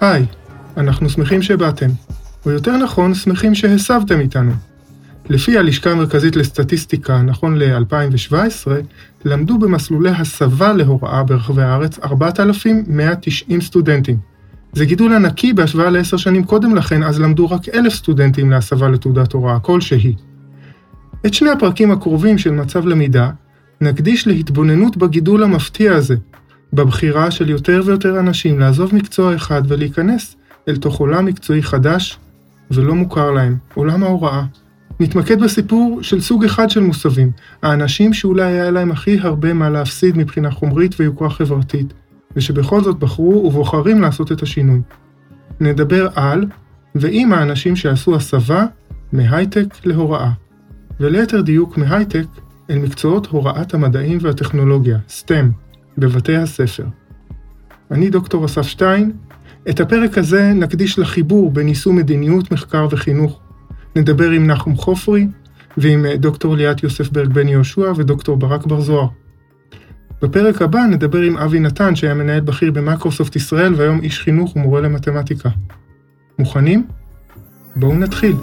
היי, אנחנו שמחים שבאתם, או יותר נכון, שמחים שהסבתם איתנו. לפי הלשכה המרכזית לסטטיסטיקה, נכון ל-2017, למדו במסלולי הסבה להוראה ברחבי הארץ 4,190 סטודנטים. זה גידול ענקי בהשוואה ל10 שנים קודם לכן, אז למדו רק 1,000 סטודנטים להסבה לתעודת הוראה כלשהי. את שני הפרקים הקרובים של מצב למידה, נקדיש להתבוננות בגידול המפתיע הזה, בבחירה של יותר ויותר אנשים לעזוב מקצוע אחד ולהיכנס אל תוך עולם מקצועי חדש ולא מוכר להם, עולם ההוראה. נתמקד בסיפור של סוג אחד של מוסבים, האנשים שאולי היה להם הכי הרבה מה להפסיד מבחינה חומרית ויוקרה חברתית, ושבכל זאת בחרו ובוחרים לעשות את השינוי. נדבר על ועם האנשים שעשו הסבה מהייטק להוראה, וליתר דיוק מהייטק אל מקצועות הוראת המדעים והטכנולוגיה, STEM, בבתי הספר. אני דוקטור אסף שטיין. את הפרק הזה נקדיש לחיבור בין יישום מדיניות, מחקר וחינוך. נדבר עם נחום חופרי ועם דוקטור ליאת יוסף ברג בן יהושע ודוקטור ברק בר זוהר. בפרק הבא נדבר עם אבי נתן שהיה מנהל בכיר במיקרוסופט ישראל והיום איש חינוך ומורה למתמטיקה. מוכנים? בואו נתחיל.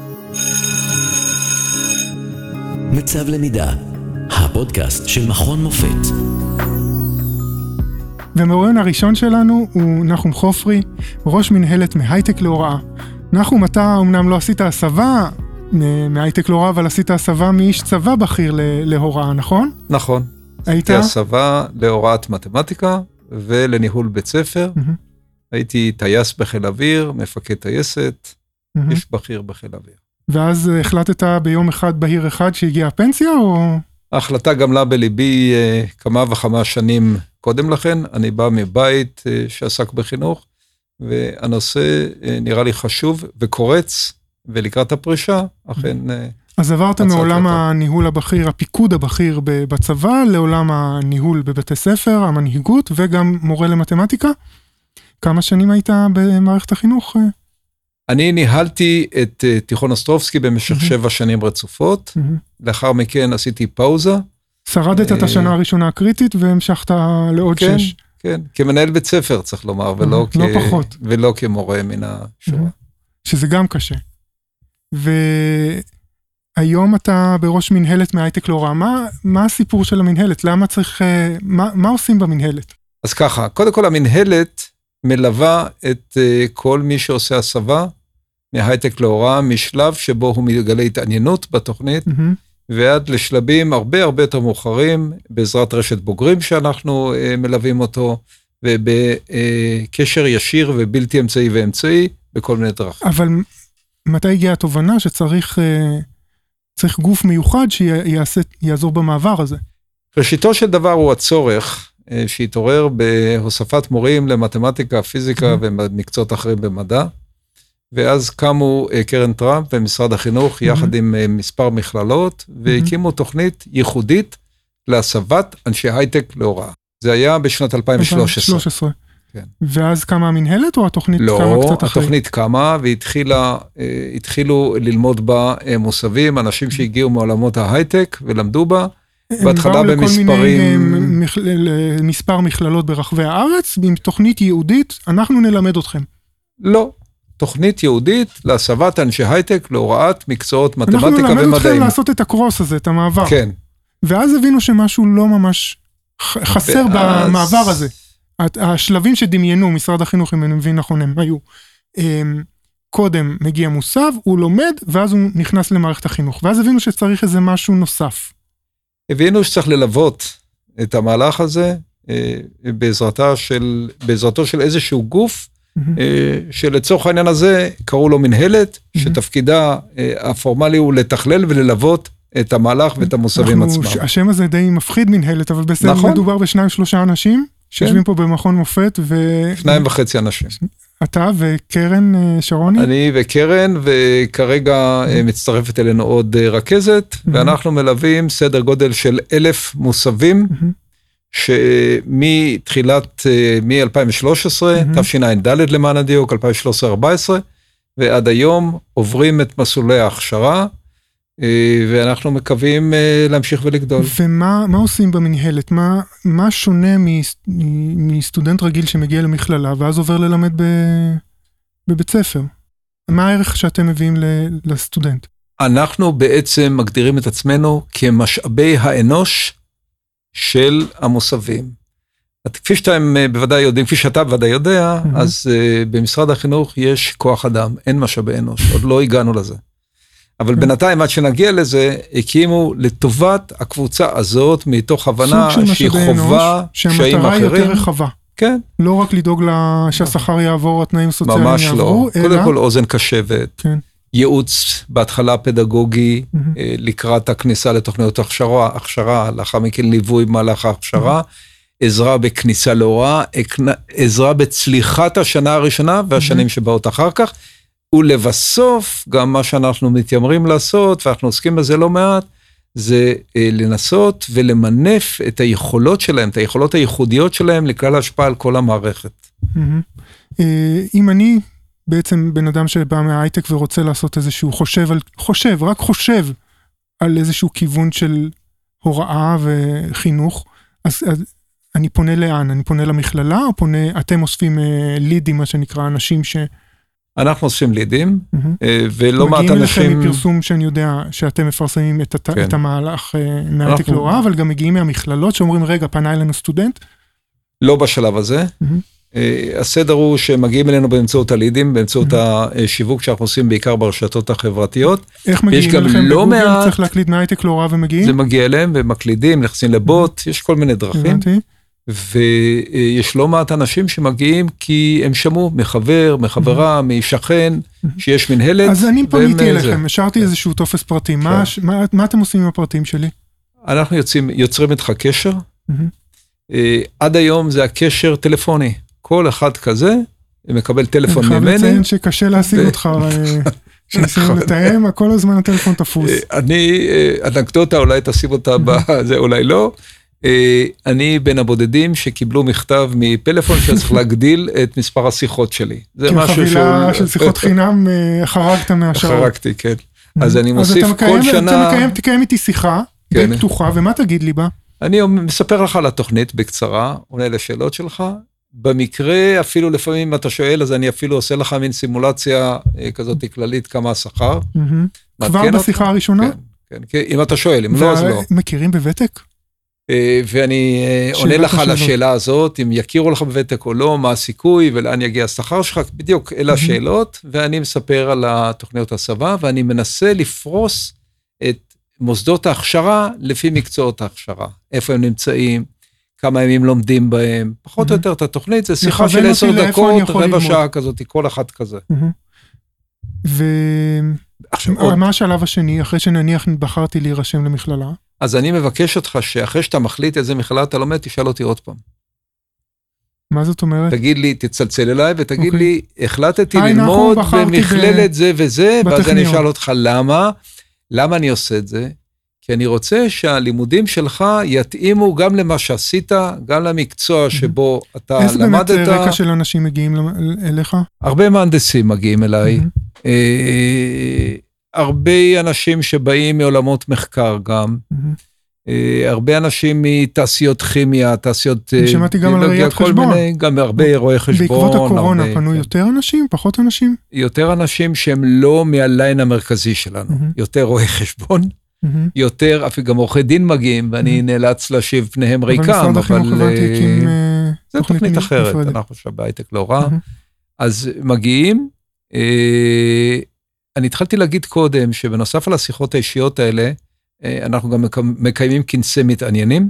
מצב למידה, הפודקאסט של מכון מופת. והמרואיין הראשון שלנו הוא נחום חופרי, ראש מנהלת מהייטק להוראה. נחום, אתה אמנם לא עשית הסבה מהייטק להוראה, אבל עשית הסבה מאיש צבא בכיר להוראה, נכון? נכון. היית? עשיתי הסבה להוראת מתמטיקה ולניהול בית ספר. הייתי טייס בחיל אוויר, מפקד טייסת, איש בכיר בחיל אוויר. ואז החלטת ביום אחד בהיר אחד שהגיעה הפנסיה או? ההחלטה גמלה בליבי כמה וכמה שנים קודם לכן. אני בא מבית שעסק בחינוך, והנושא נראה לי חשוב וקורץ, ולקראת הפרישה, אכן... אז עברת מעולם הניהול הבכיר, הפיקוד הבכיר בצבא, לעולם הניהול בבתי ספר, המנהיגות, וגם מורה למתמטיקה. כמה שנים היית במערכת החינוך? אני ניהלתי את תיכון אוסטרובסקי במשך 7 שנים רצופות, לאחר מכן עשיתי פאוזה. שרדת את השנה הראשונה הקריטית והמשכת לעוד 6. כן, כמנהל בית ספר צריך לומר, ולא כמורה מן השורה. שזה גם קשה. והיום אתה בראש מנהלת מהייטק להוראה. מה הסיפור של המנהלת? למה צריך, מה עושים במנהלת? אז ככה, קודם כל המנהלת מלווה את כל מי שעושה הסבה מהייטק להוראה, משלב שבו הוא מגלה התעניינות בתוכנית, ועד לשלבים הרבה הרבה יותר מאוחרים, בעזרת רשת בוגרים שאנחנו מלווים אותו, ובקשר ישיר ובלתי אמצעי ואמצעי, בכל מיני דרכים. אבל מתי הגיעה התובנה שצריך גוף מיוחד שיעזור במעבר הזה? ראשיתו של דבר הוא הצורך, שהתעורר בהוספת מורים למתמטיקה, פיזיקה ומקצועות אחרים במדע, ואז קמו קרן טראמפ ומשרד החינוך יחד עם מספר מכללות, והקימו תוכנית ייחודית להסבת אנשי הייטק להוראה. זה היה בשנת 2013. כן. ואז קמה המנהלת או התוכנית קמה קצת אחרי? לא, התוכנית קמה והתחילו ללמוד בה מוסבים, אנשים שהגיעו מעולמות ההייטק ולמדו בה, בהתחלה במספרים... מספר מכללות ברחבי הארץ, עם תוכנית ייעודית, אנחנו נלמד אתכם. לא, תוכנית ייעודית להסבת אנשי הייטק, להוראת מקצועות מתמטיקה ומדעים. אנחנו נלמד אתכם לעשות את הקרוס הזה, את המעבר. כן. ואז הבינו שמשהו לא ממש חסר במעבר הזה. השלבים שדמיינו, משרד החינוך, אם אני מבין נכון, הם היו. קודם מגיע מוסב, הוא לומד, ואז הוא נכנס למערכת החינוך. ואז הבינו שצריך איזה משהו נוסף. הבינו שצריך ללוות את המהלך הזה, בעזרתו של איזשהו גוף, שלצורך העניין הזה קראו לו מנהלת, שתפקידה הפורמלי הוא לתכלל וללוות את המהלך ואת המוסבים עצמם. השם הזה די מפחיד מנהלת, אבל בסדר מדובר ב2-3 אנשים, שיושבים פה במכון מופת. 2.5 אנשים. אתה וקרן שרוני? אני וקרן, וכרגע מצטרפת אלינו עוד רכזת, ואנחנו מלווים סדר גודל של 1,000 מוסבים, שמתחילת, מ-2013, תשע"ד למען הדיוק, 2013-2014, ועד היום עוברים את מסלולי ההכשרה, ואנחנו מקווים להמשיך ולגדול. ומה עושים במנהלת? מה שונה מסטודנט רגיל שמגיע למכללה, ואז עובר ללמד בבית ספר? מה הערך שאתם מביאים לסטודנט? אנחנו בעצם מגדירים את עצמנו כמשאבי האנוש של המוסבים. כפי שאתם בוודאי יודעים, כפי שאתה בוודאי יודע, אז במשרד החינוך יש כוח אדם, אין משאבי אנוש, עוד לא הגענו לזה. אבל בינתיים, עד שנגיע לזה, הקימו לטובת הקבוצה הזאת, מתוך הבנה שהיא חובה קשיים אחרים. שהמטרה היא יותר רחבה. כן. לא רק לדאוג שהשכר יעבור, התנאים סוציאליים יעברו, ממש לא. קודם כל אוזן קשבת. כן. ייעוץ בהתחלה פדגוגי, לקראת הכניסה לתוכניות הכשרה, לאחר מכן ליווי במהלך ההכשרה, עזרה בכניסה להוראה, עזרה בצליחת השנה הראשונה והשנים שבאות אחר כך, ולבסוף, גם מה שאנחנו מתיימרים לעשות, ואנחנו עוסקים בזה לא מעט, זה לנסות ולמנף את היכולות שלהם, את היכולות הייחודיות שלהם, לכלל ההשפעה על כל המערכת. אם אני בעצם בן אדם שבא מההייטק ורוצה לעשות איזשהו רק חושב על איזשהו כיוון של הוראה וחינוך, אז אני פונה לאן? אני פונה למכללה, או אתם אוספים לידים, מה שנקרא, אנשים אנחנו אוספים לידים, ולא מעט אנשים... מגיעים לכם אנשים... מפרסום שאני יודע שאתם מפרסמים את המהלך מההייטק להוראה, אבל גם מגיעים מהמכללות שאומרים, רגע, פנה אלינו סטודנט? לא בשלב הזה. הסדר הוא שמגיעים אלינו באמצעות הלידים, באמצעות השיווק שאנחנו עושים בעיקר ברשתות החברתיות. איך מגיעים אליכם בגוגל? צריך להקליד מההייטק להוראה ומגיעים? זה מגיע אליהם ומקלידים, נכנסים לבוט, יש כל מיני דרכים. ויש לא מעט אנשים שמגיעים כי הם שמעו מחבר, מחברה, משכן, שיש מנהלת. אז אני פניתי אליכם, השארתי איזשהו טופס פרטים. מה אתם עושים עם הפרטים שלי? אנחנו יוצרים איתך קשר. עד היום זה הקשר טלפוני. כל אחד כזה מקבל טלפון ממני. אני חייב לציין שקשה להשיג אותך, שניסינו לתאם, כל הזמן הטלפון תפוס. אנקדוטה, אולי תשים אותה בזה, אולי לא. אני בין הבודדים שקיבלו מכתב מפלאפון שצריך להגדיל את מספר השיחות שלי. זה משהו חבילה של שיחות חינם חרגת מהשעות. חרגתי, כן. אז אני מוסיף כל שנה... תקיים איתי שיחה, די פתוחה, ומה תגיד לי בה? אני מספר לך על התוכנית בקצרה, עונה לשאלות שלך. במקרה, אפילו לפעמים אתה שואל, אז אני אפילו עושה לך מין סימולציה כזאת כללית, כמה השכר. כבר בשיחה הראשונה? כן, אם אתה שואל, אם לא, אז לא. מכירים בוותק? ואני עונה לך על השאלה הזאת, אם יכירו לך בוותק או לא, מה הסיכוי ולאן יגיע השכר שלך, בדיוק אלה השאלות, ואני מספר על התוכניות הסבה, ואני מנסה לפרוס את מוסדות ההכשרה לפי מקצועות ההכשרה, איפה הם נמצאים, כמה ימים לומדים בהם, פחות או יותר את התוכנית, זה שיחה של 10 דקות, רבע שעה כזאת, כל אחת כזה. ומה השלב השני, אחרי שנניח בחרתי להירשם למכללה? אז אני מבקש אותך שאחרי שאתה מחליט איזה מכללה אתה לומד, תשאל אותי עוד פעם. מה זאת אומרת? תגיד לי, תצלצל אליי ותגיד לי, החלטתי ללמוד במכללת זה וזה, ואז אני אשאל אותך למה, למה אני עושה את זה? כי אני רוצה שהלימודים שלך יתאימו גם למה שעשית, גם למקצוע שבו אתה למדת. איזה באמת רקע של אנשים מגיעים אליך? הרבה מהנדסים מגיעים אליי, הרבה אנשים שבאים מעולמות מחקר גם, הרבה אנשים מתעשיות כימיה, תעשיות... שמעתי גם על ראיית חשבון. גם הרבה רואי חשבון. בעקבות הקורונה פנו יותר אנשים, פחות אנשים? יותר אנשים שהם לא מהליין המרכזי שלנו, יותר רואי חשבון, יותר, אפילו גם עורכי דין מגיעים, ואני נאלץ להשיב פניהם ריקם, אבל זה תוכנית אחרת, אנחנו עכשיו בהייטק להוראה, אז מגיעים, אני התחלתי להגיד קודם, שבנוסף על השיחות האישיות האלה, אנחנו גם מקיימים כנסי מתעניינים.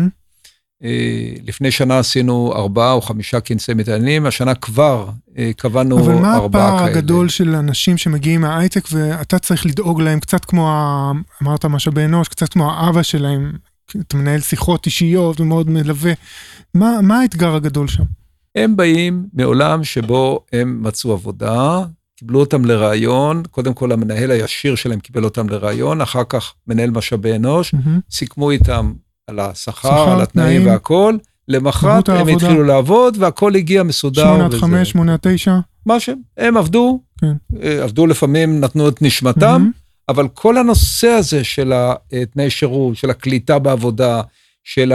לפני שנה עשינו 4 או 5 כנסי מתעניינים, השנה כבר קבענו 4 כאלה. אבל מה הפער הגדול של אנשים שמגיעים מההייטק, ואתה צריך לדאוג להם קצת כמו, אמרת משאבי אנוש, קצת כמו האבא שלהם, אתה מנהל שיחות אישיות ומאוד מלווה. מה האתגר הגדול שם? הם באים מעולם שבו הם מצאו עבודה, קיבלו אותם לרעיון, קודם כל המנהל הישיר שלהם קיבל אותם לרעיון, אחר כך מנהל משאבי אנוש, סיכמו איתם על השכר, על התנאים והכל, למחרת הם התחילו לעבוד, והכל הגיע מסודר. 8-5, 8-9. מה שהם עבדו, עבדו לפעמים, נתנו את נשמתם, אבל כל הנושא הזה של התנאי שירות, של הקליטה בעבודה, של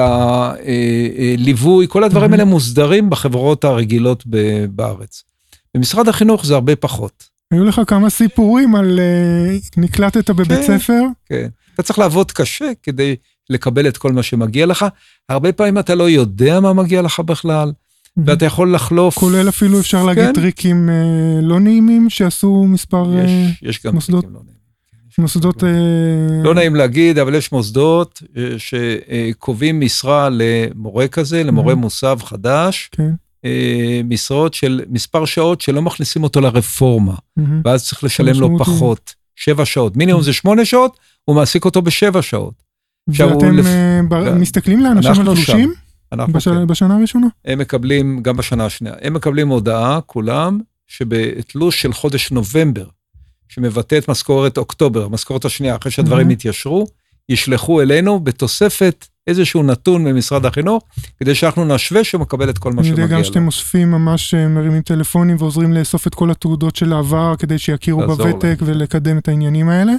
הליווי, כל הדברים האלה מוסדרים בחברות הרגילות בארץ. במשרד החינוך זה הרבה פחות. היו לך כמה סיפורים על נקלטת בבית ספר? כן, אתה צריך לעבוד קשה כדי לקבל את כל מה שמגיע לך. הרבה פעמים אתה לא יודע מה מגיע לך בכלל, ואתה יכול לחלוף. כולל אפילו אפשר להגיד טריקים לא נעימים שעשו מספר מוסדות. יש גם טריקים לא נעימים. מוסדות... לא נעים להגיד, אבל יש מוסדות שקובעים משרה למורה כזה, למורה מוסב חדש, משרות של מספר שעות שלא מכניסים אותו לרפורמה, ואז צריך לשלם לו פחות, 7 שעות. מינימום זה 8 שעות, הוא מעסיק אותו ב7 שעות. ואתם מסתכלים לאנשים על תלושים? בשנה הראשונה? הם מקבלים, גם בשנה השנייה, הם מקבלים הודעה, כולם, שבתלוש של חודש נובמבר, שמבטא את משכורת אוקטובר, המשכורת השנייה, אחרי שהדברים יתיישרו, ישלחו אלינו בתוספת איזשהו נתון ממשרד החינוך, כדי שאנחנו נשווה שהוא מקבל את כל מה שמגיע לו. אני יודע גם שאתם אוספים ממש מרימים טלפונים, ועוזרים לאסוף את כל התעודות של העבר, כדי שיכירו בוותק ולקדם את העניינים האלה.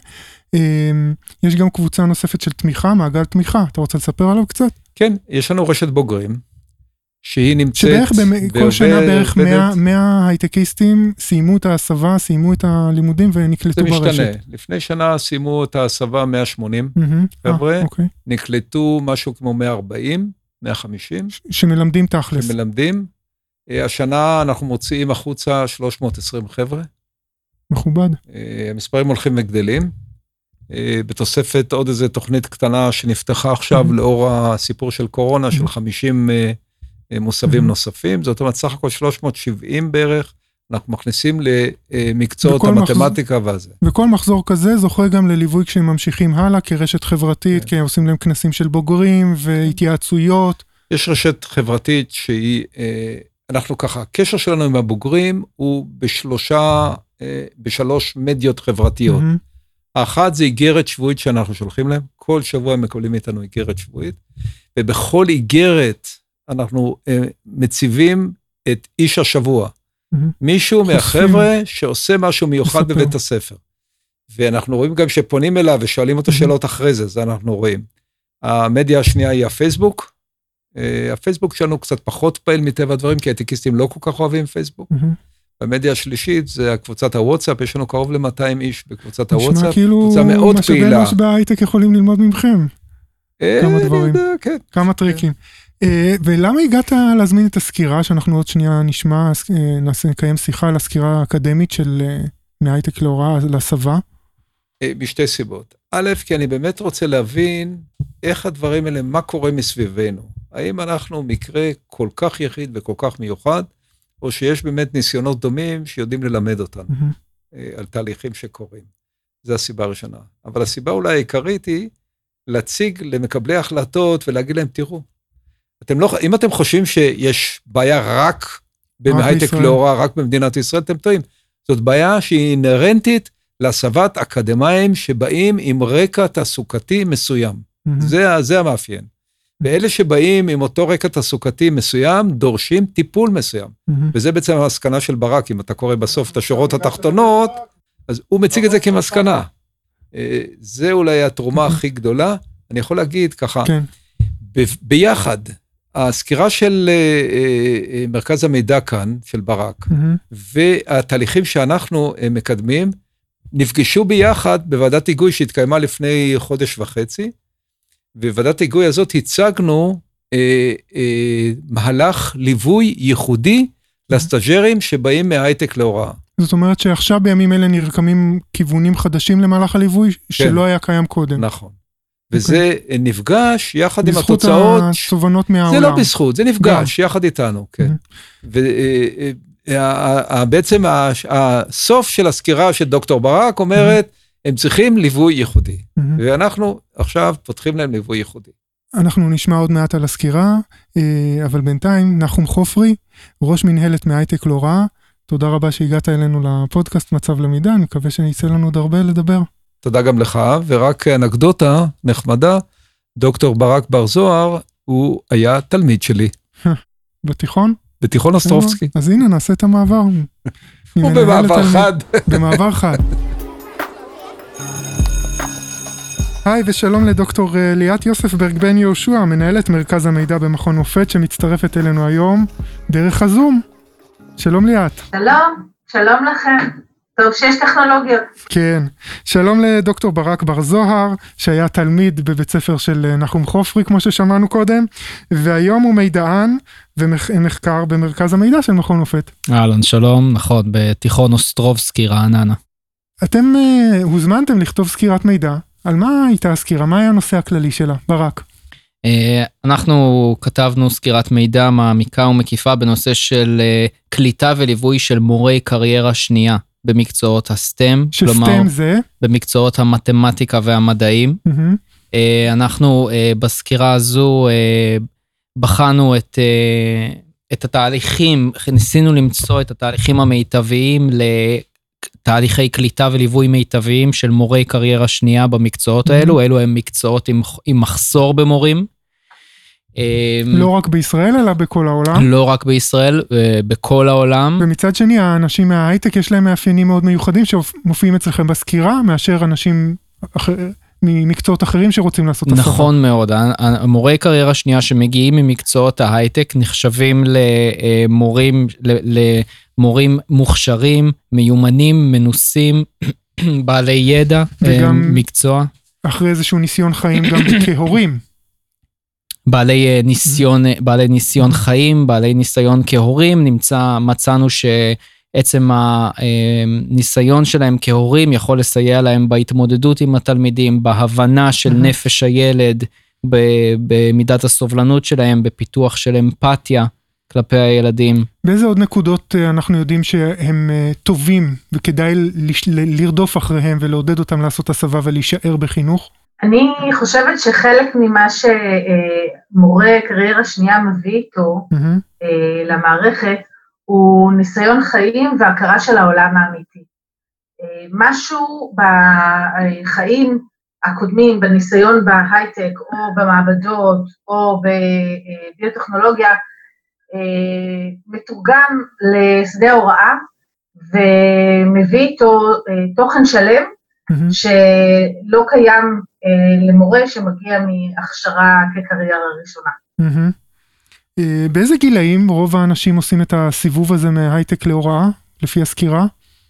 יש גם קבוצה נוספת של תמיכה, מעגל תמיכה, אתה רוצה לספר עליו קצת? כן, יש לנו רשת בוגרים, שהיא נמצאת... שבערך כל שנה בערך 100 הייטקיסטים סיימו את ההסבה, סיימו את הלימודים ונקלטו ברשת. זה משתנה. לפני שנה סיימו את ההסבה 180 חבר'ה, נקלטו משהו כמו 140, 150. שמלמדים תכלס. שמלמדים. השנה אנחנו מוציאים החוצה 320 חבר'ה. מכובד. המספרים הולכים וגדלים. בתוספת עוד איזו תוכנית קטנה שנפתחה עכשיו לאור הסיפור של קורונה, של 50 מוסבים נוספים, זאת אומרת, סך הכל 370 בערך, אנחנו מכניסים למקצועות המתמטיקה והזה. וכל מחזור כזה זוכה גם לליווי כשהם ממשיכים הלאה, כרשת חברתית, כי עושים להם כנסים של בוגרים והתייעצויות. יש רשת חברתית שהיא, אנחנו ככה, הקשר שלנו עם הבוגרים הוא בשלוש מדיות חברתיות. האחת זה איגרת שבועית שאנחנו שולחים להם, כל שבוע הם מקבלים איתנו איגרת שבועית, ובכל איגרת אנחנו מציבים את איש השבוע. מישהו מהחבר'ה שעושה משהו מיוחד בבית הספר. ואנחנו רואים גם שפונים אליו ושואלים אותו שאלות אחרי זה, זה אנחנו רואים. המדיה השנייה היא הפייסבוק. הפייסבוק שלנו קצת פחות פעיל מטבע הדברים, כי הייטקיסטים לא כל כך אוהבים פייסבוק. במדיה השלישית זה קבוצת הוואטסאפ, יש לנו קרוב ל-200 איש בקבוצת הוואטסאפ, קבוצה מאוד פעילה. משאבי ראש בהייטק יכולים ללמוד מכם. כמה דברים, כמה טריקים. ולמה הגעת להזמין את הסקירה, שאנחנו עוד שנייה נשמע, נקיים שיחה על הסקירה האקדמית של מהייטק להוראה להסבה? בשתי סיבות. א', כי אני באמת רוצה להבין איך הדברים האלה, מה קורה מסביבנו. האם אנחנו מקרה כל כך יחיד וכל כך מיוחד, או שיש באמת ניסיונות דומים שיודעים ללמד אותנו על תהליכים שקורים. זו הסיבה הראשונה. אבל הסיבה אולי העיקרית היא להציג למקבלי החלטות ולהגיד להם, תראו, אם אתם חושבים שיש בעיה רק בהייטק להוראה, רק במדינת ישראל, אתם טועים. זאת בעיה שהיא אינהרנטית להסבת אקדמיים שבאים עם רקע תעסוקתי מסוים. זה המאפיין. ואלה שבאים עם אותו רקע תעסוקתי מסוים, דורשים טיפול מסוים. וזה בעצם המסקנה של ברק, אם אתה קורא בסוף את השורות התחתונות, אז הוא מציג את זה כמסקנה. זה אולי התרומה הכי גדולה. אני יכול להגיד ככה, ביחד, הסקירה של מרכז המידע כאן, של ברק, והתהליכים שאנחנו מקדמים, נפגשו ביחד בוועדת היגוי שהתקיימה לפני חודש וחצי, ובוועדת ההיגוי הזאת הצגנו מהלך ליווי ייחודי לסטאג'רים שבאים מההייטק להוראה. זאת אומרת שעכשיו בימים אלה נרקמים כיוונים חדשים למהלך הליווי שלא היה קיים קודם. נכון. וזה נפגש יחד עם התוצאות. בזכות התובנות מהעולם. זה לא בזכות, זה נפגש יחד איתנו, כן. ובעצם הסוף של הסקירה של דוקטור ברק אומרת, הם צריכים ליווי ייחודי. ואנחנו עכשיו פותחים להם ליווי ייחודי. אנחנו נשמע עוד מעט על הסקירה, אבל בינתיים נחום חופרי, ראש מנהלת מהייטק להוראה, תודה רבה שהגעת אלינו לפודקאסט מצב למידה, אני מקווה שיצא לנו עוד הרבה לדבר. תודה גם לך, ורק אנקדוטה נחמדה, דוקטור ברק בר זוהר, הוא היה תלמיד שלי. בתיכון? בתיכון אוסטרובסקי. אז הנה, נעשה את המעבר. הוא במעבר חד. במעבר חד. היי ושלום לדוקטור ליאת יוספברג בן יהושע, מנהלת מרכז המידע במכון מופת שמצטרפת אלינו היום דרך הזום. שלום ליאת. שלום לכם. טוב שיש טכנולוגיות. כן. שלום לדוקטור ברק בר זוהר, שהיה תלמיד בבית ספר של נחום חופרי, כמו ששמענו קודם, והיום הוא מידען ומחקר במרכז המידע של מכון מופת. אהלן, שלום, נכון, בתיכון אוסטרובסקי, רעננה. אתם הוזמנתם לכתוב סקירת מידע. על מה הייתה הסקירה? מה היה הנושא הכללי שלה? ברק. אנחנו כתבנו סקירת מידע מעמיקה ומקיפה בנושא של קליטה וליווי של מורי קריירה שנייה במקצועות הסטם. שסטם זה? במקצועות המתמטיקה והמדעים. אנחנו בסקירה הזו בחנו את התהליכים, ניסינו למצוא את התהליכים המיטביים תהליכי קליטה וליווי מיטביים של מורי קריירה שנייה במקצועות האלו, אלו הם מקצועות עם מחסור במורים. לא רק בישראל, אלא בכל העולם? לא רק בישראל, בכל העולם. ומצד שני, האנשים מההייטק יש להם מאפיינים מאוד מיוחדים שמופיעים אצלכם בסקירה, מאשר אנשים ממקצועות אחרים שרוצים לעשות הסבה. נכון מאוד, המורי קריירה שנייה שמגיעים ממקצועות ההייטק נחשבים למורים מוכשרים, מיומנים, מנוסים, בעלי ידע, מקצוע. אחרי איזשהו ניסיון חיים גם כהורים. בעלי ניסיון חיים, בעלי ניסיון כהורים, מצאנו שעצם הניסיון שלהם כהורים יכול לסייע להם בהתמודדות עם התלמידים, בהבנה של נפש הילד, במידת הסובלנות שלהם, בפיתוח של אמפתיה כלפי הילדים. באיזה עוד נקודות אנחנו יודעים שהם טובים וכדאי לרדוף אחריהם ולעודד אותם לעשות הסבה ולהישאר בחינוך? אני חושבת שחלק ממה שמורה קריירה שנייה מביא איתו למערכת, הוא ניסיון חיים והכרה של העולם האמיתי. משהו בחיים הקודמים, בניסיון בהייטק או במעבדות או בביוטכנולוגיה, מתורגם לשדה ההוראה ומביא איתו תוכן שלם שלא קיים למורה שמגיע מהכשרה כקריירה ראשונה. באיזה גילאים רוב האנשים עושים את הסיבוב הזה מהייטק להוראה, לפי הסקירה?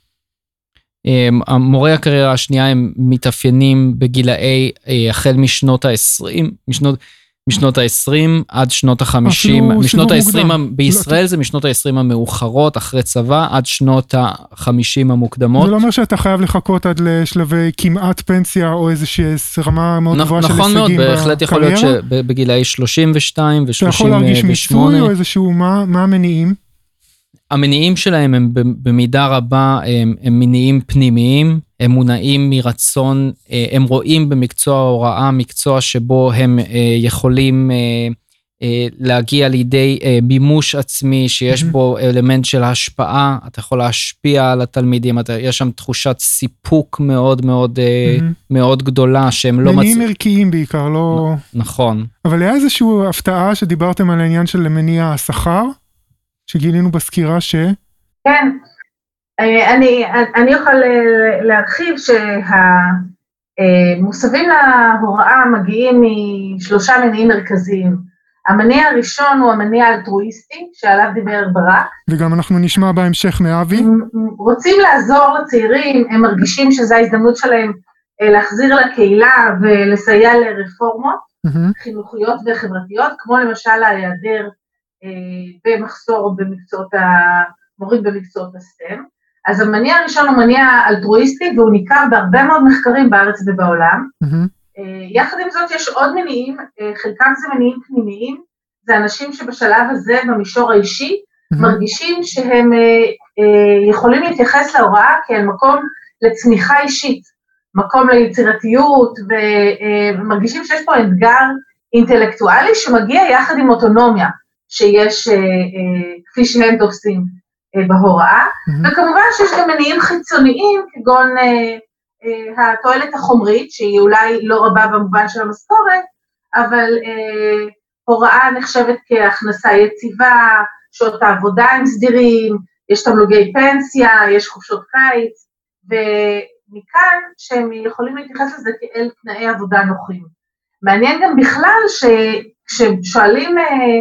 המורי הקריירה השנייה הם מתאפיינים בגילאי החל משנות ה-20, משנות ה-20 עד שנות ה-50, משנות ה-20 בישראל זה משנות ה-20 המאוחרות, אחרי צבא, עד שנות ה-50 המוקדמות. זה לא אומר שאתה חייב לחכות עד לשלבי כמעט פנסיה, או איזושהי רמה מאוד גבוהה של הישגים בקריירה? נכון מאוד, בהחלט יכול להיות שבגילאי 32 ו-38. אתה יכול להרגיש מיצוי או איזשהו, מה המניעים? המניעים שלהם הם במידה רבה, הם מניעים פנימיים, הם מונעים מרצון, הם רואים במקצוע ההוראה, מקצוע שבו הם יכולים להגיע לידי מימוש עצמי, שיש בו אלמנט של השפעה, אתה יכול להשפיע על התלמידים, יש שם תחושת סיפוק מאוד מאוד מאוד גדולה, שהם לא מניעים ערכיים בעיקר, לא... נכון. אבל היה איזושהי הפתעה שדיברתם על העניין של מניע השכר, שגילינו בסקירה ש... כן, אני יכול להרחיב שהמוסבים להוראה מגיעים משלושה מניעים מרכזיים. המניע הראשון הוא המניע האלטרואיסטי, שעליו דיבר ברק. וגם אנחנו נשמע בהמשך מאבי. הם רוצים לעזור לצעירים, הם מרגישים שזו ההזדמנות שלהם להחזיר לקהילה ולסייע לרפורמות חינוכיות וחברתיות, כמו למשל ההיעדר במחסור במקצועות המורים במקצועות הסטם. אז המניע הראשון הוא מניע אלטרואיסטי, והוא ניכר בהרבה מאוד מחקרים בארץ ובעולם. יחד עם זאת יש עוד מניעים, חלקם זה מניעים פנימיים, זה אנשים שבשלב הזה במישור האישי, מרגישים שהם יכולים להתייחס להוראה כאל מקום לצמיחה אישית, מקום ליצירתיות, ומרגישים שיש פה אתגר אינטלקטואלי שמגיע יחד עם אוטונומיה, שיש כפי שהם תופסים בהוראה, וכמובן שיש גם מניעים חיצוניים, כגון התועלת החומרית, שהיא אולי לא רבה במובן של המשכורת, אבל הוראה נחשבת כהכנסה יציבה, שעות העבודה עם סדירים, יש תמלוגי פנסיה, יש חופשות קיץ, מכאן שהם יכולים להתייחס לזה כאל תנאי עבודה נוחים. מעניין גם בכלל שכששואלים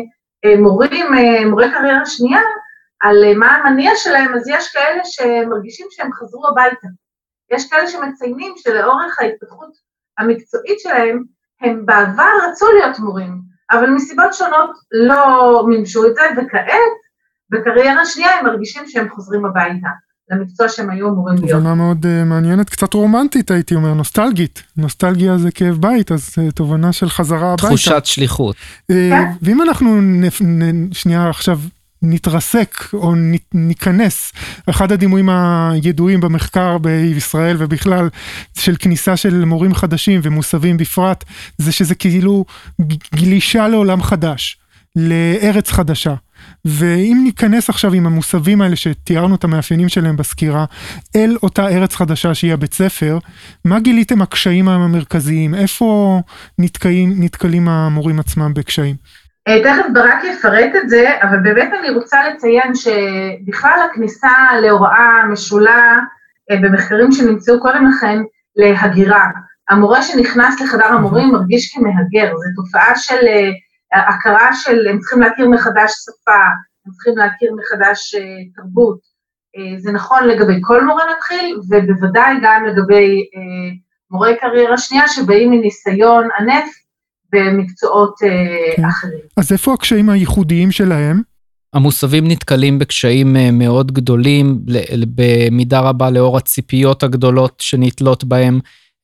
מורי קריירה שנייה, על מה המניע שלהם, אז יש כאלה שמרגישים שהם חזרו הביתה. יש כאלה שמציינים שלאורך ההתפתחות המקצועית שלהם, הם בעבר רצו להיות מורים, אבל מסיבות שונות לא מימשו את זה, וכעת, בקריירה שנייה הם מרגישים שהם חוזרים הביתה, למקצוע שהם היו אמורים להיות. תובנה מאוד מעניינת, קצת רומנטית הייתי אומר, נוסטלגית. נוסטלגיה זה כאב בית, אז תובנה של חזרה הביתה. תחושת שליחות. ואם אנחנו שנייה עכשיו נתרסק או ניכנס, אחד הדימויים הידועים במחקר בישראל ובכלל של כניסה של מורים חדשים ומוסבים בפרט, זה שזה כאילו גלישה לעולם חדש, לארץ חדשה. ואם ניכנס עכשיו עם המוסבים האלה שתיארנו את המאפיינים שלהם בסקירה, אל אותה ארץ חדשה שהיא הבית ספר, מה גיליתם הקשיים המרכזיים? איפה נתקלים המורים עצמם בקשיים? תכף ברק יפרט את זה, אבל באמת אני רוצה לציין שבכלל הכניסה להוראה משולה במחקרים שנמצאו קודם לכן להגירה. המורה שנכנס לחדר המורים מרגיש כמהגר, זו תופעה של הכרה של הם צריכים להכיר מחדש שפה, הם צריכים להכיר מחדש תרבות. זה נכון לגבי כל מורה מתחיל, ובוודאי גם לגבי מורי קריירה שנייה שבאים מניסיון ענף, במקצועות אחרים. אז איפה הקשיים הייחודיים שלהם? המוסבים נתקלים בקשיים מאוד גדולים, במידה רבה לאור הציפיות הגדולות שנתלות בהם,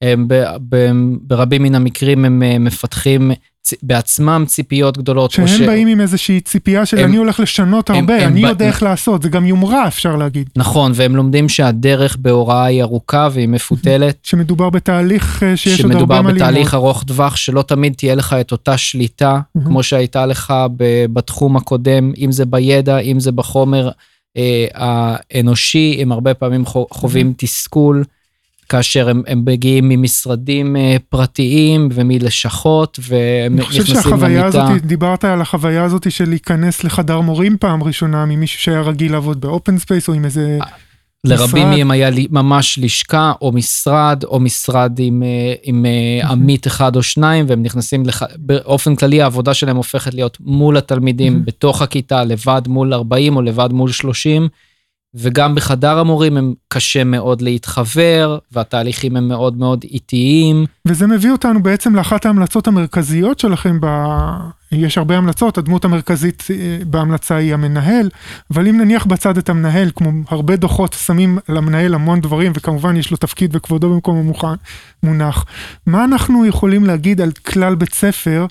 ברבים מן המקרים הם מפתחים בעצמם ציפיות גדולות. שהם באים עם איזושהי ציפייה של אני הולך לשנות הרבה, אני יודע איך לעשות, זה גם יומרה אפשר להגיד. נכון, והם לומדים שהדרך בהוראה היא ארוכה והיא מפותלת. שמדובר בתהליך שיש עוד הרבה מה ללמוד. שמדובר בתהליך ארוך טווח, שלא תמיד תהיה לך את אותה שליטה, כמו שהייתה לך בתחום הקודם, אם זה בידע, אם זה בחומר האנושי, הם הרבה פעמים חווים תסכול, כאשר הם מגיעים ממשרדים פרטיים ומלשכות, והם נכנסים למיטה. אני חושב שהחוויה הזאת, דיברת על החוויה הזאת של להיכנס לחדר מורים פעם ראשונה, ממישהו שהיה רגיל לעבוד באופן ספייס, או עם איזה לרבים מהם היה ממש לשכה, או משרד עם עמית אחד או שניים, והם נכנסים, באופן כללי העבודה שלהם הופכת להיות מול התלמידים, בתוך הכיתה, לבד מול 40 או לבד מול 30, וגם בחדר המורים הם קשה מאוד להתחבר, והתהליכים הם מאוד מאוד איטיים. וזה מביא אותנו בעצם לאחת ההמלצות המרכזיות שלכם, יש הרבה המלצות, הדמות המרכזית בהמלצה היא המנהל, אבל אם נניח בצד את המנהל, כמו הרבה דוחות שמים למנהל המון דברים, וכמובן יש לו תפקיד וכבודו במקום מונח, מה אנחנו יכולים להגיד על כלל בית ספר,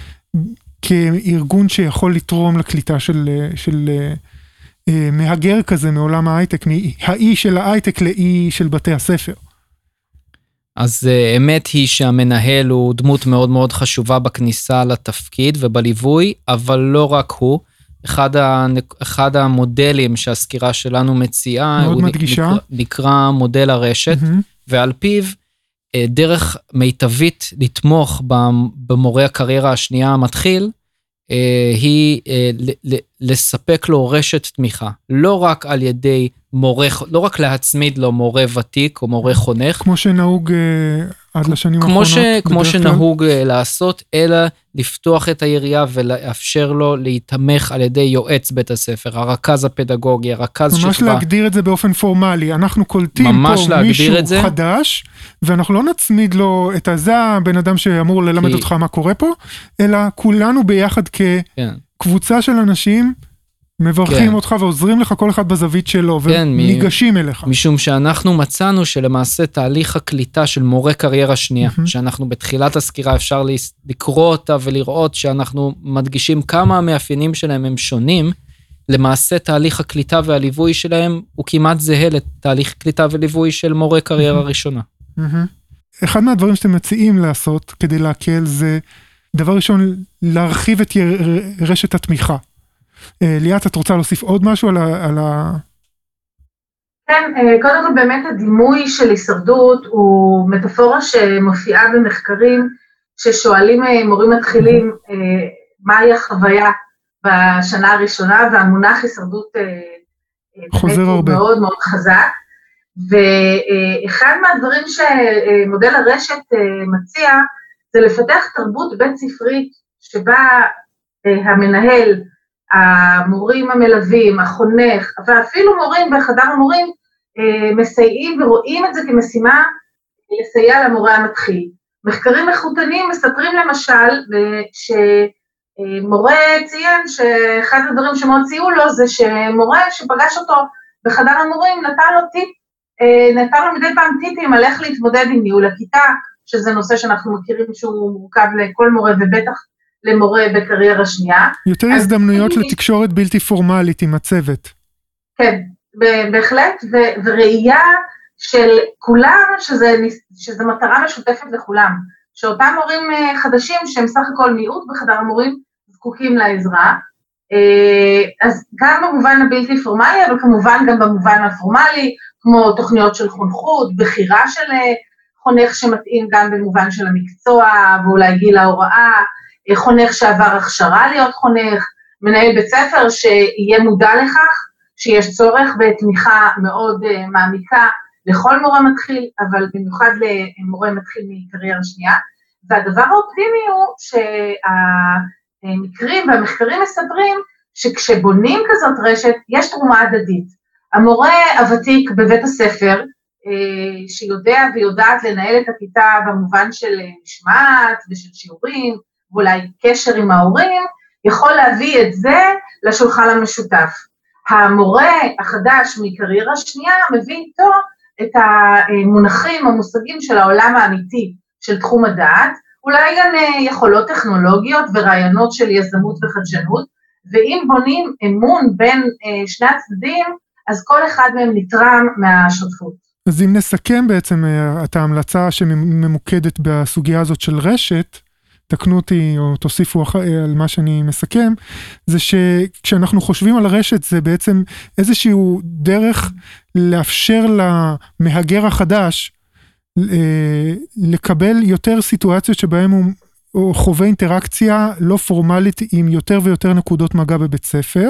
כארגון שיכול לתרום לקליטה של מהגר כזה מעולם ההייטק, מהאי של ההייטק לאי של בתי הספר. אז אמת היא שהמנהל הוא דמות מאוד מאוד חשובה בכניסה לתפקיד ובליווי, אבל לא רק הוא. אחד המודלים שהסקירה שלנו מציעה, הוא נקרא מודל הרשת, ועל פיו דרך מיטבית לתמוך במורה הקריירה השנייה המתחיל, היא לספק לו רשת תמיכה, לא רק על ידי מורה, לא רק להצמיד לו מורה ותיק או מורה חונך. כמו שנהוג עד לשנים האחרונות. כמו שנהוג לעשות, אלא לפתוח את היריעה ולאפשר לו להתמך על ידי יועץ בית הספר, הרכז הפדגוגי, הרכז שכבה. ממש להגדיר את זה באופן פורמלי, אנחנו קולטים פה מישהו חדש, ואנחנו לא נצמיד לו את זה הבן אדם שאמור ללמד אותך מה קורה פה, אלא כולנו ביחד כקבוצה של אנשים, מברכים אותך ועוזרים לך כל אחד בזווית שלו, וניגשים אליך. משום שאנחנו מצאנו שלמעשה תהליך הקליטה של מורה קריירה שנייה, שאנחנו בתחילת הסקירה אפשר לקרוא אותה ולראות שאנחנו מדגישים כמה המאפיינים שלהם הם שונים, למעשה תהליך הקליטה והליווי שלהם הוא כמעט זהה לתהליך קליטה וליווי של מורה קריירה ראשונה. אחד מהדברים שאתם מציעים לעשות כדי להקל זה, דבר ראשון, להרחיב את רשת התמיכה. ליאת, את רוצה להוסיף עוד משהו על כן, קודם כל באמת הדימוי של הישרדות הוא מטאפורה שמופיעה במחקרים ששואלים מורים מתחילים מהי החוויה בשנה הראשונה, והמונח הישרדות חוזר הרבה. מאוד מאוד חזק, ואחד מהדברים שמודל הרשת מציע, זה לפתח תרבות בית ספרית, שבה המנהל, המורים המלווים, החונך, ואפילו מורים בחדר המורים, מסייעים ורואים את זה כמשימה לסייע למורה המתחיל. מחקרים איכותניים מספרים למשל, שמורה ציין שאחד הדברים שמאוד ציעו לו, זה שמורה שפגש אותו בחדר המורים נתן לו מדי פעם טיפים על איך להתמודד עם ניהול הכיתה, שזה נושא שאנחנו מכירים שהוא מורכב לכל מורה ובטח למורה בקריירה שנייה. יותר הזדמנויות לתקשורת בלתי פורמלית עם הצוות. כן, בהחלט, וראייה של כולם, שזה מטרה משותפת לכולם, שאותם מורים חדשים, שהם סך הכל מיעוט בחדר המורים, זקוקים לעזרה, אז גם במובן הבלתי פורמלי, אבל כמובן גם במובן הפורמלי, כמו תוכניות של חונכות, בחירה של חונך שמתאים גם במובן של המקצוע, ואולי גיל ההוראה, חונך שעבר הכשרה להיות חונך, מנהל בית ספר שיהיה מודע לכך, שיש צורך בתמיכה מאוד מעמיקה לכל מורה מתחיל, אבל במיוחד למורה מתחיל מקריירה שנייה, והדבר האופטימי הוא שהמקרים והמחקרים מספרים שכשבונים כזאת רשת, יש תרומה הדדית. המורה הוותיק בבית הספר, שיודע ויודעת לנהל את הכיתה במובן של משמעת ושל שיעורים, ואולי קשר עם ההורים, יכול להביא את זה לשולחן המשותף. המורה החדש מקריירה שנייה מביא איתו את המונחים, המושגים של העולם האמיתי של תחום הדעת, אולי גם יכולות טכנולוגיות ורעיונות של יזמות וחדשנות, ואם בונים אמון בין שני הצדדים, אז כל אחד מהם נתרם מהשותפות. אז אם נסכם בעצם את ההמלצה שממוקדת בסוגיה הזאת של רשת, תקנו אותי או תוסיפו על מה שאני מסכם, זה שכשאנחנו חושבים על רשת, זה בעצם איזשהו דרך לאפשר למהגר החדש, לקבל יותר סיטואציות שבהם הוא חווה אינטראקציה לא פורמלית עם יותר ויותר נקודות מגע בבית ספר,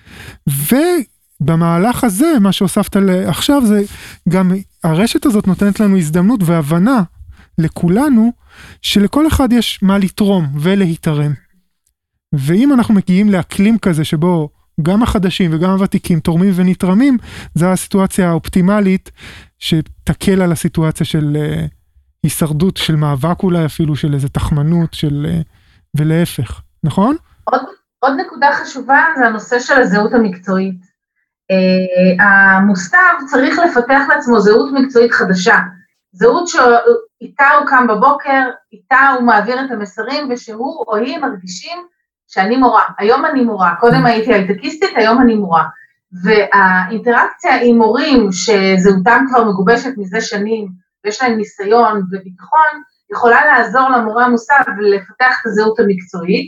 ובמהלך הזה, מה שהוספת עכשיו, זה גם הרשת הזאת נותנת לנו הזדמנות והבנה לכולנו, שלכל אחד יש מה לתרום ולהתרם. ואם אנחנו מגיעים לאקלים כזה שבו גם החדשים וגם הוותיקים תורמים ונתרמים, זו הסיטואציה האופטימלית שתקל על הסיטואציה של הישרדות, של מאבק אולי אפילו, של איזו תחמנות, ולהפך, נכון? עוד נקודה חשובה זה הנושא של הזהות המקצועית. המוסתר צריך לפתח לעצמו זהות מקצועית חדשה, זהות שאיתה הוא קם בבוקר, איתה הוא מעביר את המסרים, ושהוא או היא מרגישים שאני מורה. היום אני מורה, קודם הייתי הייטקיסטית, היום אני מורה. והאינטראקציה עם מורים שזהותם כבר מגובשת מזה שנים, ויש להם ניסיון וביטחון, יכולה לעזור למורה המוסתר ולפתח את הזהות המקצועית.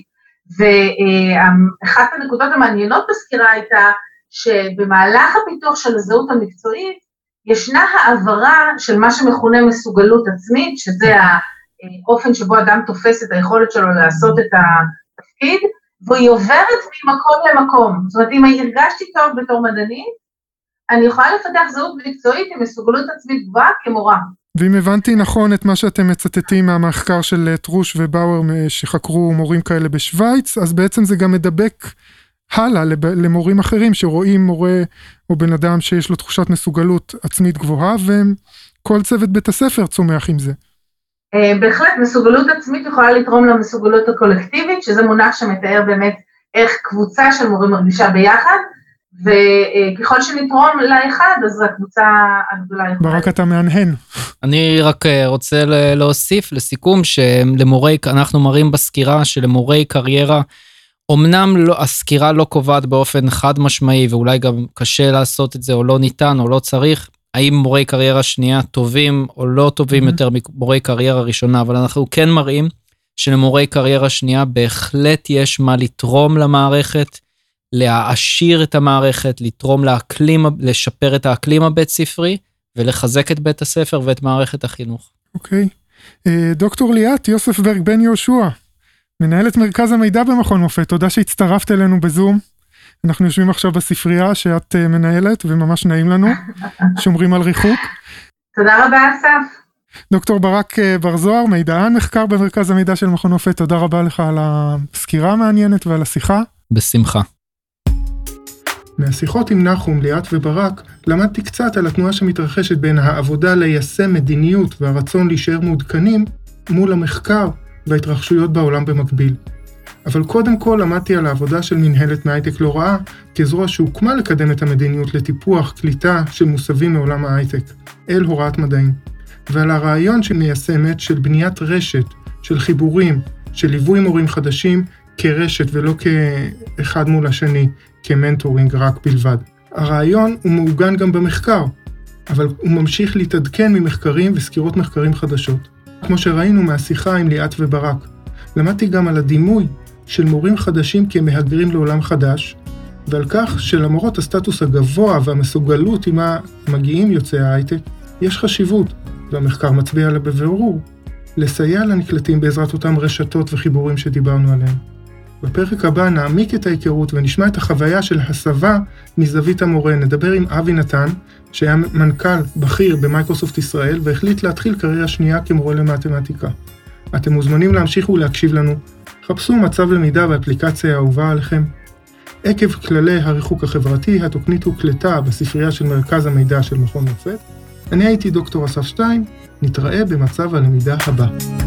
ואחת הנקודות המעניינות בסקירה הייתה, שבמהלך הפיתוח של הזהות המקצועית, ישנה העברה של מה שמכונה מסוגלות עצמית, שזה האופן שבו אדם תופס את היכולת שלו לעשות את התפקיד, והיא עוברת ממקום למקום. זאת אומרת, אם הרגשתי טוב בתור מדענית, אני יכולה לפתח זהות מקצועית עם מסוגלות עצמית גבוהה כמורה. ואם הבנתי נכון את מה שאתם מצטטים מהמחקר של טרוש ובאואר שחקרו מורים כאלה בשוויץ, אז בעצם זה גם מדבק הלאה למורים אחרים שרואים מורה או בן אדם שיש לו תחושת מסוגלות עצמית גבוהה, וכל צוות בית הספר צומח עם זה. בהחלט, מסוגלות עצמית יכולה לתרום למסוגלות הקולקטיבית, שזה מונח שמתאר באמת איך קבוצה של מורים מרגישה ביחד, וככל שנתרום לאחד, אז הקבוצה הגדולה יכולה. ברק אתה מהנהן. אני רק רוצה להוסיף לסיכום, אנחנו מראים בסקירה שלמורי קריירה, אמנם הסקירה לא קובעת באופן חד משמעי, ואולי גם קשה לעשות את זה, או לא ניתן, או לא צריך, האם מורי קריירה שנייה טובים, או לא טובים יותר ממורי קריירה ראשונה, אבל אנחנו כן מראים, שלמורי קריירה שנייה, בהחלט יש מה לתרום למערכת, להעשיר את המערכת, לתרום לאקלים, לשפר את האקלים הבית ספרי, ולחזק את בית הספר ואת מערכת החינוך. אוקיי. דוקטור ליאת יוספברג בן יהושע, מנהלת מרכז המידע במכון מופת, תודה שהצטרפת אלינו בזום, אנחנו יושבים עכשיו בספרייה שאת מנהלת, וממש נעים לנו, שומרים על ריחוק. תודה רבה, אסף. דוקטור ברק בר זוהר, מידען מחקר במרכז המידע של מכון מופת, תודה רבה לך על הסקירה המעניינת ועל השיחה. בשמחה. מהשיחות עם נחום, ליאת וברק, למדתי קצת על התנועה שמתרחשת בין העבודה ליישם מדיניות והרצון להישאר מעודכנים מול המחקר וההתרחשויות בעולם במקביל. אבל קודם כל למדתי על העבודה של מנהלת מהייטק לא רעה, כזרוע שהוקמה לקדם את המדיניות לטיפוח קליטה של מוסבים מעולם ההייטק, אל הוראת מדעים. ועל הרעיון שמיישמת של בניית רשת, של חיבורים, של ליווי מורים חדשים כרשת ולא כאחד מול השני, כמנטורינג רק בלבד. הרעיון הוא מעוגן גם במחקר, אבל הוא ממשיך להתעדכן ממחקרים וסקירות מחקרים חדשות. כמו שראינו מהשיחה עם ליאת וברק, למדתי גם על הדימוי של מורים חדשים כמהגרים לעולם חדש, ועל כך שלמרות הסטטוס הגבוה והמסוגלות עם המגיעים יוצאי ההייטק, יש חשיבות, והמחקר מצביע עליה בבירור, לסייע לנקלטים בעזרת אותם רשתות וחיבורים שדיברנו עליהם. בפרק הבא נעמיק את ההיכרות ונשמע את החוויה של הסבה מזווית המורה. נדבר עם אבי נתן, שהיה מנכ"ל בכיר במייקרוסופט ישראל, והחליט להתחיל קריירה שנייה כמורה למתמטיקה. אתם מוזמנים להמשיך ולהקשיב לנו. חפשו מצב למידה באפליקציה האהובה עליכם. עקב כללי הריחוק החברתי, התוכנית הוקלטה בספרייה של מרכז המידע של מכון מופת. אני הייתי דוקטור אסף שטיין, נתראה במצב הלמידה הבא.